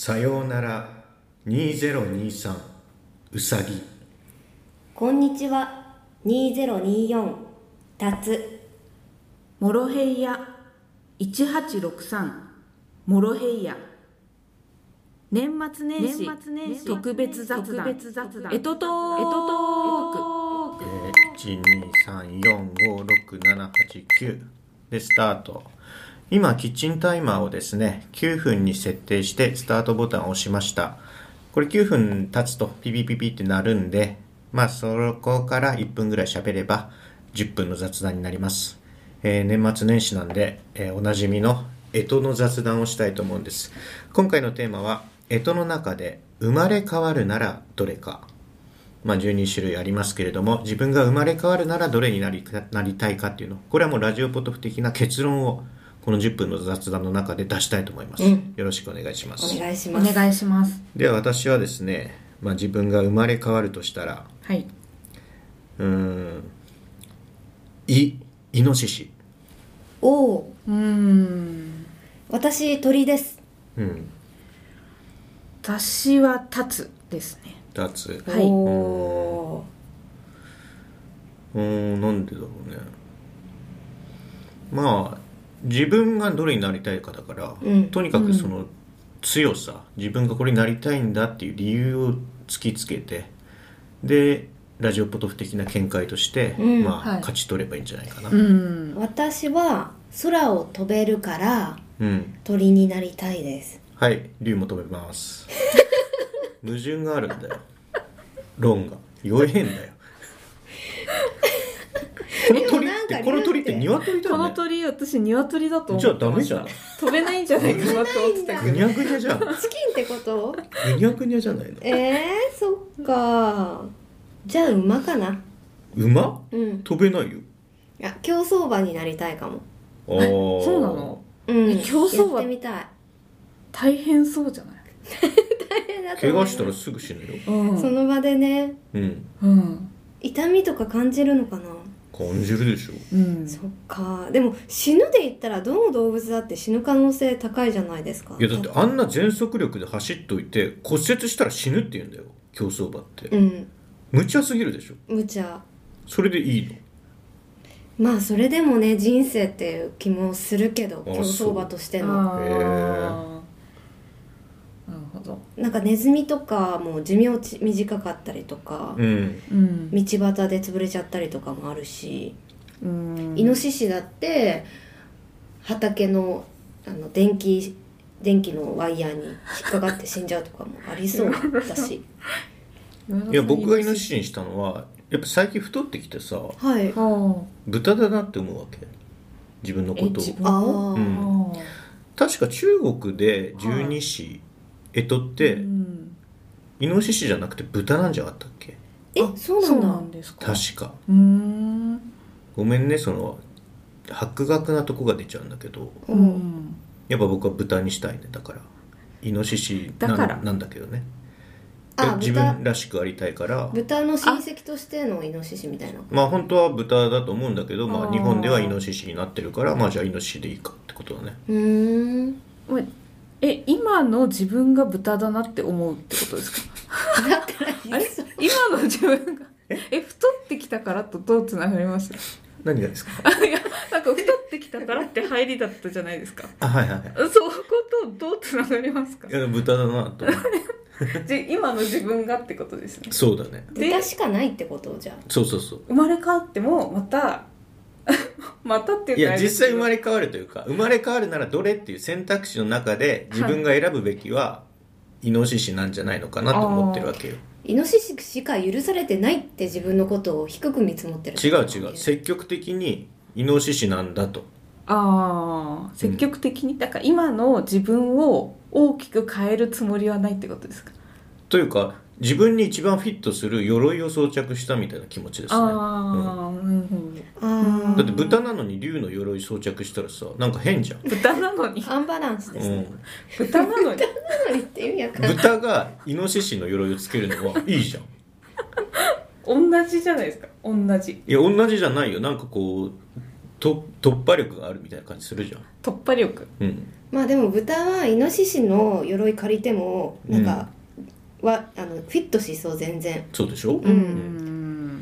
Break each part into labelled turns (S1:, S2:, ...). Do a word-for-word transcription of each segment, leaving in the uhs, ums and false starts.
S1: さようならにせんにじゅうさんうさぎ。
S2: こんにちはにせんにじゅうよんたつ。
S3: モロヘイヤいちはちろくさんモロヘイヤ。年末年始特別雑談エトトーク。
S1: いちにさんよんごろくななはちきゅうでスタート。今キッチンタイマーをですねきゅうふんに設定してスタートボタンを押しました。これきゅうふん経つとピピピピってなるんで、まあそこからいっぷんぐらい喋ればじゅっぷんの雑談になります。えー、年末年始なんで、えー、おなじみの干支の雑談をしたいと思うんです。今回のテーマは干支の中で生まれ変わるならどれか。まあじゅうにしゅるいありますけれども、自分が生まれ変わるならどれになり、なりたいかっていうの、これはもうラジオポトフ的な結論をこのじゅっぷんの雑談の中で出したいと思います、うん、よろしくお願いします。
S2: お願いします。
S3: お願いします。
S1: では私はですね、まあ、自分が生まれ変わるとしたら、
S3: はい、
S1: うーんいイノシシ。
S2: おお、
S3: うーん
S2: 私鳥です。
S1: うん、
S3: 私はタツですね。
S1: タツ。
S3: はい。
S2: お
S1: ーんなんでだろうね。まあ自分がどれになりたいかだから、うん、とにかくその強さ、うん、自分がこれになりたいんだっていう理由を突きつけて、でラジオポトフ的な見解として、うん、まあ、はい、勝ち取ればいいんじゃないかな、うん、
S2: 私は空を飛べるから、うん、鳥になりたいです。
S1: はい、竜も飛べます矛盾があるんだよ論が弱えんだよこの鳥ってこの鳥って鶏だよね。
S3: この鳥私鶏だと思ってました。
S1: じゃあダメじゃない。
S3: 飛べないんじゃないかなと思ってた。
S1: ぐにゃぐにゃじゃん。
S2: チキンってこと？
S1: ぐにゃぐにゃじゃないの。
S2: えー、そっか。じゃあ馬かな。
S1: 馬？
S2: うん。
S1: 飛べないよ。
S2: いや競走馬になりたいかも。
S1: ああ。
S3: そうなの？
S2: うん。
S3: 競走馬
S2: やってみたい。
S3: 大変そうじゃない？
S2: 大変だと
S1: 怪
S2: 思う。
S1: 我したらすぐ死ぬよ。
S2: うん、その場でね。
S1: うん
S3: うん。
S2: 痛みとか感じるのかな。
S1: 感じるでしょ、
S2: うん、そっか。でも死ぬで言ったらどの動物だって死ぬ可能性高いじゃないですか。
S1: いやだってあんな全速力で走っといて骨折したら死ぬって言うんだよ競走馬って、うん、無茶すぎるでしょ。
S2: 無茶。
S1: それでいいの？
S2: まあそれでもね人生っていう気もするけど、競走馬としての。
S1: へえ。
S3: なるほど。
S2: なんかネズミとかも寿命短かったりとか、うん、道端で潰れちゃったりとかもあるし、うん、イノシシだって畑の、あの電気電気のワイヤーに引っかかって死んじゃうとかもありそうだし
S1: いや僕がイノシシにしたのはやっぱ最近太ってきてさ、
S2: はい、
S1: 豚だなって思うわけ自分のことを。
S2: あ、
S1: うん、確か中国で十二支干支って、うん、イノシシじゃなくて豚なんじゃなかったっけ？
S2: え、そうなんですか？
S1: 確か。
S3: うーん、
S1: ごめんねその博学なとこが出ちゃうんだけど、
S2: うん、
S1: やっぱ僕は豚にしたいね。だからイノシシ な, なんだけどね。あ、自分らしくありたいから
S2: 豚の親戚としてのイノシシみたいな。
S1: まあ本当は豚だと思うんだけど、まあ、日本ではイノシシになってるからまあじゃあイノシシでいいかってことだね。
S2: うーん、
S3: え、今の自分が豚だなって思うってことですか？
S2: だったらいい
S3: あれ今の自分がえ太ってきたからとどうつながります？
S1: 何がですか？
S3: いやなんか太ってきたからって入りだったじゃないですか。
S1: あ、はいはいはい。
S3: そことどうつながりますか？
S1: いや豚だなと思って
S3: 今の自分がってことですね。
S1: そうだね。
S2: 豚しかないってことじゃん。
S1: そうそうそう。
S3: 生まれ変わってもまたまたっていうか、
S1: いや実際生まれ変わるというか生まれ変わるならどれっていう選択肢の中で自分が選ぶべきはイノシシなんじゃないのかなと思ってるわけよ。
S2: イノシシしか許されてないって自分のことを低く見積もってる。
S1: 違う違う、積極的にイノシシなんだと。
S3: ああ、積極的に、うん、だから今の自分を大きく変えるつもりはないってことですか？と
S1: いうか自分に一番フィットする鎧を装着したみたいな気持ちですね。あ、うんうん、だって豚なのに竜の鎧装着したらさなんか変じゃん。
S3: 豚なのに
S2: アンバランスですね、
S3: うん、豚なのに
S2: 豚なのにって意味わかんない。
S1: 豚がイノシシの鎧をつけるのはいいじゃ
S3: ん同じじゃないですか。同じ。
S1: いや同じじゃないよ。なんかこうと突破力があるみたいな感じするじゃん。
S3: 突破力、
S1: うん、
S2: まあでも豚はイノシシの鎧借りてもなんか、うん、はあのフィットしそう全然。
S1: そうでしょ、
S2: うん、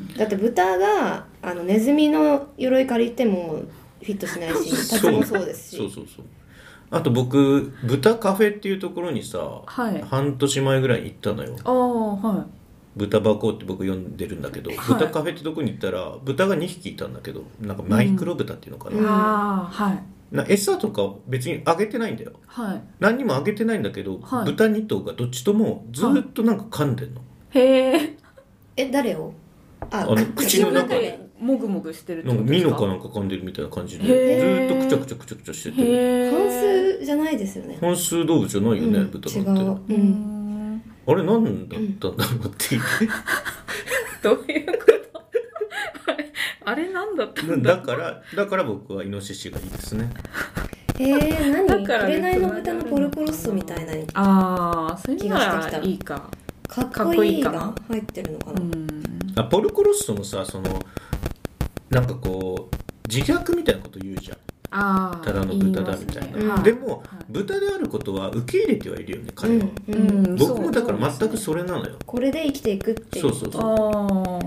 S2: だって豚があのネズミの鎧借りてもフィットしないしタツもそうですし。
S1: そうそうそう。あと僕豚カフェっていうところにさ、はい、半年前ぐらいに行ったのよ。
S3: ああ、はい。
S1: 豚箱って僕呼んでるんだけど、はい、豚カフェってとこに行ったら豚がにひきいたんだけど、なんかマイクロ豚っていうのかな、うん、
S3: ああ、はい。
S1: な餌とか別にあげてないんだよ、はい、何にもあげてないんだけど、はい、豚に頭がどっちともずっとなんか噛んでんの、
S3: はい、へえ。
S2: え、誰を？
S1: ああの口の中で
S3: もぐもぐしてるってことですか？
S1: なんかミノかなんか噛んでるみたいな感じでずっとくちゃくちゃくちゃくちゃしてて、
S2: 本数じゃないですよね。
S1: 本数動物じゃないよね、うん、豚なんて。
S2: 違う、うん、
S1: あれ何だったんだろうっていう、
S3: どういうことあれ、あれ何だったんだ。
S1: だからだから僕はイノシシがいいですね。
S2: えー、何？紅の豚のポルコロッソみたいな気がしてきた。
S3: ああ、それならいいか。
S2: かっこいいが入ってるのかな。うん、
S1: あ、ポルコロッソもさ、そのなんかこう自虐みたいなこと言うじゃん。あ、ただの豚だみたいな、ね、うん、でも、はい、豚であることは受け入れてはいるよね、彼は、うんうん、僕もだから全くそれなのよ。
S2: これで生きていくっていう。
S1: そうそうそう。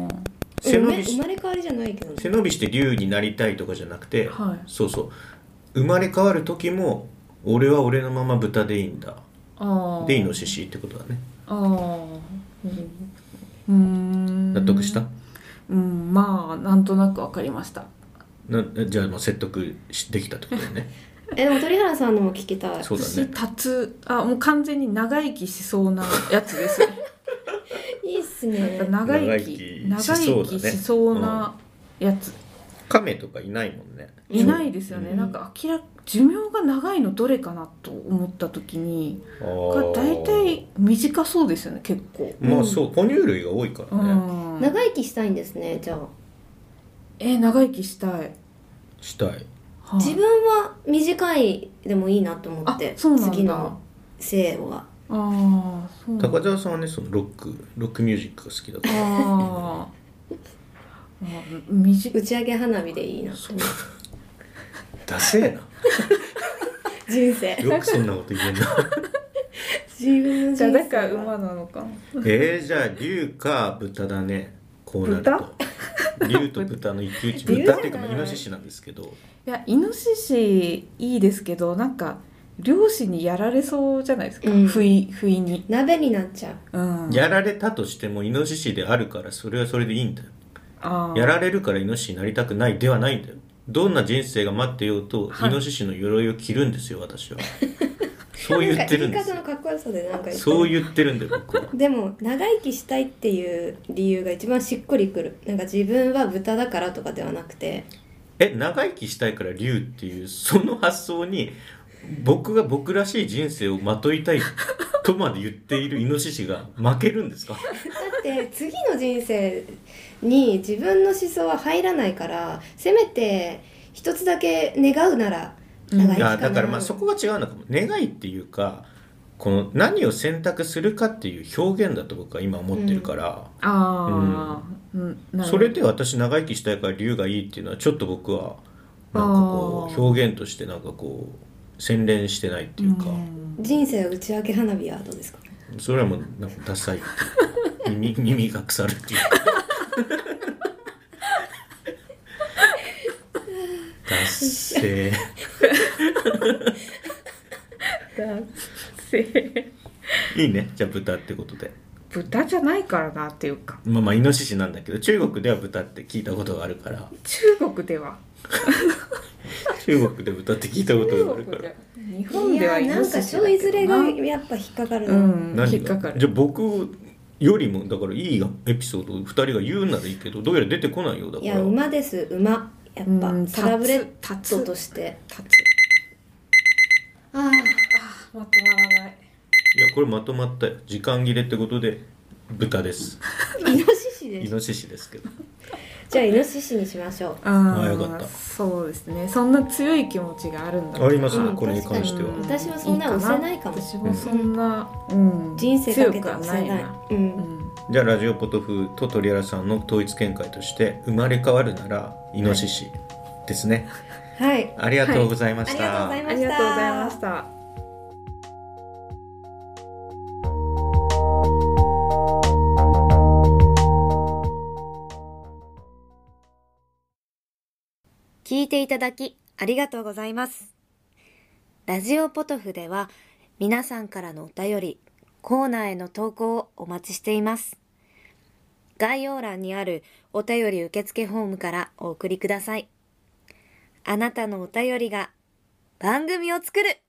S2: 背伸びし生まれ変わりじゃないけど、ね、
S1: 背伸びして竜になりたいとかじゃなくて、はい、そうそう、生まれ変わる時も俺は俺のまま豚でいいんだ、あでイノシシってことだね。あ、うん、うーん、納得した？
S3: うん、まあなんとなく分かりました。
S1: なじゃあもう説得できたってことだよね。
S2: え、でも鳥原さんのも聞きたい。
S1: そうだね。
S3: 立つ、あ、もう完全に長生きしそうなやつですね。
S2: いいっすね。
S3: 長生き長生きしそうなやつ、うん、
S1: カメとかいないもんね。
S3: いないですよね、うん、なんか明らか寿命が長いのどれかなと思った時にだいたい短そうですよね、結構。
S1: まあそう、哺乳類が多いからね、うん、
S2: 長生きしたいんですね。じゃあ
S3: えー、長生きしたい
S1: したい、は
S2: あ、自分は短いでもいいなと思って。
S3: そうなんだ、
S2: 次の生は。
S3: あ、そう
S1: 高澤さんはね、そのロックロックミュージックが好きだから。あ
S2: 打ち上げ花火でいいなって思って
S1: ダセえな
S2: 人生
S1: よくそんなこと言えんな
S2: 自分の人生。
S3: じゃあだから馬なのか。
S1: えー、じゃあ竜か豚だね、こうなると。竜と豚の一騎打ち。豚っていうかまあイノシシなんですけど。
S3: いや、イノシシいいですけど、なんか漁師にやられそうじゃないですか、うん、不意不意に
S2: 鍋になっちゃう、
S1: うん、やられたとしてもイノシシであるからそれはそれでいいんだよ。あ、やられるからイノシシになりたくないではないんだよ。どんな人生が待ってようと、はい、イノシシの鎧を着るんですよ、私は。そう言ってるんですよ。
S2: なんか言い方のかっこよさでなんか言ってる。
S1: そう言ってるんだよ、僕は。
S2: でも長生きしたいっていう理由が一番しっくりくる。なんか自分は豚だからとかではなくて、
S1: え、長生きしたいから竜っていうその発想に僕が僕らしい人生をまといたいとまで言っているイノシシが負けるんですか？だ
S2: って次の人生に自分の思想は入らないから、せめて一つだけ願うなら長生きかな、うん、
S1: だからまあそこは違うのかも。願いっていうか、この何を選択するかっていう表現だと僕は今思ってるから、うん、あ、うん、うん、それで私長生きしたいから竜がいいっていうのはちょっと僕はなんかこう表現としてなんかこう洗練してないっていうか、うん、
S2: 人生を打ち上げ花火はどうですか？
S1: それはもうなんかダサいっていう耳, 耳が腐るっていうかダッセー
S3: ダッセー
S1: いいね。じゃあ豚ってことで。
S3: 豚じゃないからなっていうか、
S1: まあまあイノシシなんだけど、中国では豚って聞いたことがあるから。
S3: 中国では
S1: 中国で豚って聞いたことがあるから。
S3: 日本ではイノシシだけどな。なんか
S2: ちょいずれがやっぱ引っかかるな、
S3: うん、引っかかる。
S1: じゃあ僕よりもだからいいエピソードをふたりが言うならいいけど、どうやら出てこないようだから。
S2: いや、馬です、馬。やっぱサラブレッドとして立つ。
S3: ああ、まとまらない。
S1: いや、これまとまったよ。時間切れってことで豚です。
S2: イノシシです。
S1: イノシシですけど。
S2: じゃあイノシシにしましょう。
S3: あ
S1: あ、よかった。
S3: そうですね。そんな強い気持ちがあるんだ。
S1: ありますね、うん、これに関しては。
S2: 私はそんな押せないかも。
S3: 私もそんな、うんうん、
S2: 人生かけて押せない。ないな、うん
S1: うん、じゃあラジオポトフと鳥原さんの統一見解として、生まれ変わるならイノシシですね。
S2: はい、
S1: ありがとうございました、
S2: はい、あ
S3: りがとうございました。
S2: 聞いていただきありがとうございます。ラジオポトフでは皆さんからのお便り、コーナーへの投稿をお待ちしています。概要欄にあるお便り受付フォームからお送りください。あなたのお便りが番組を作る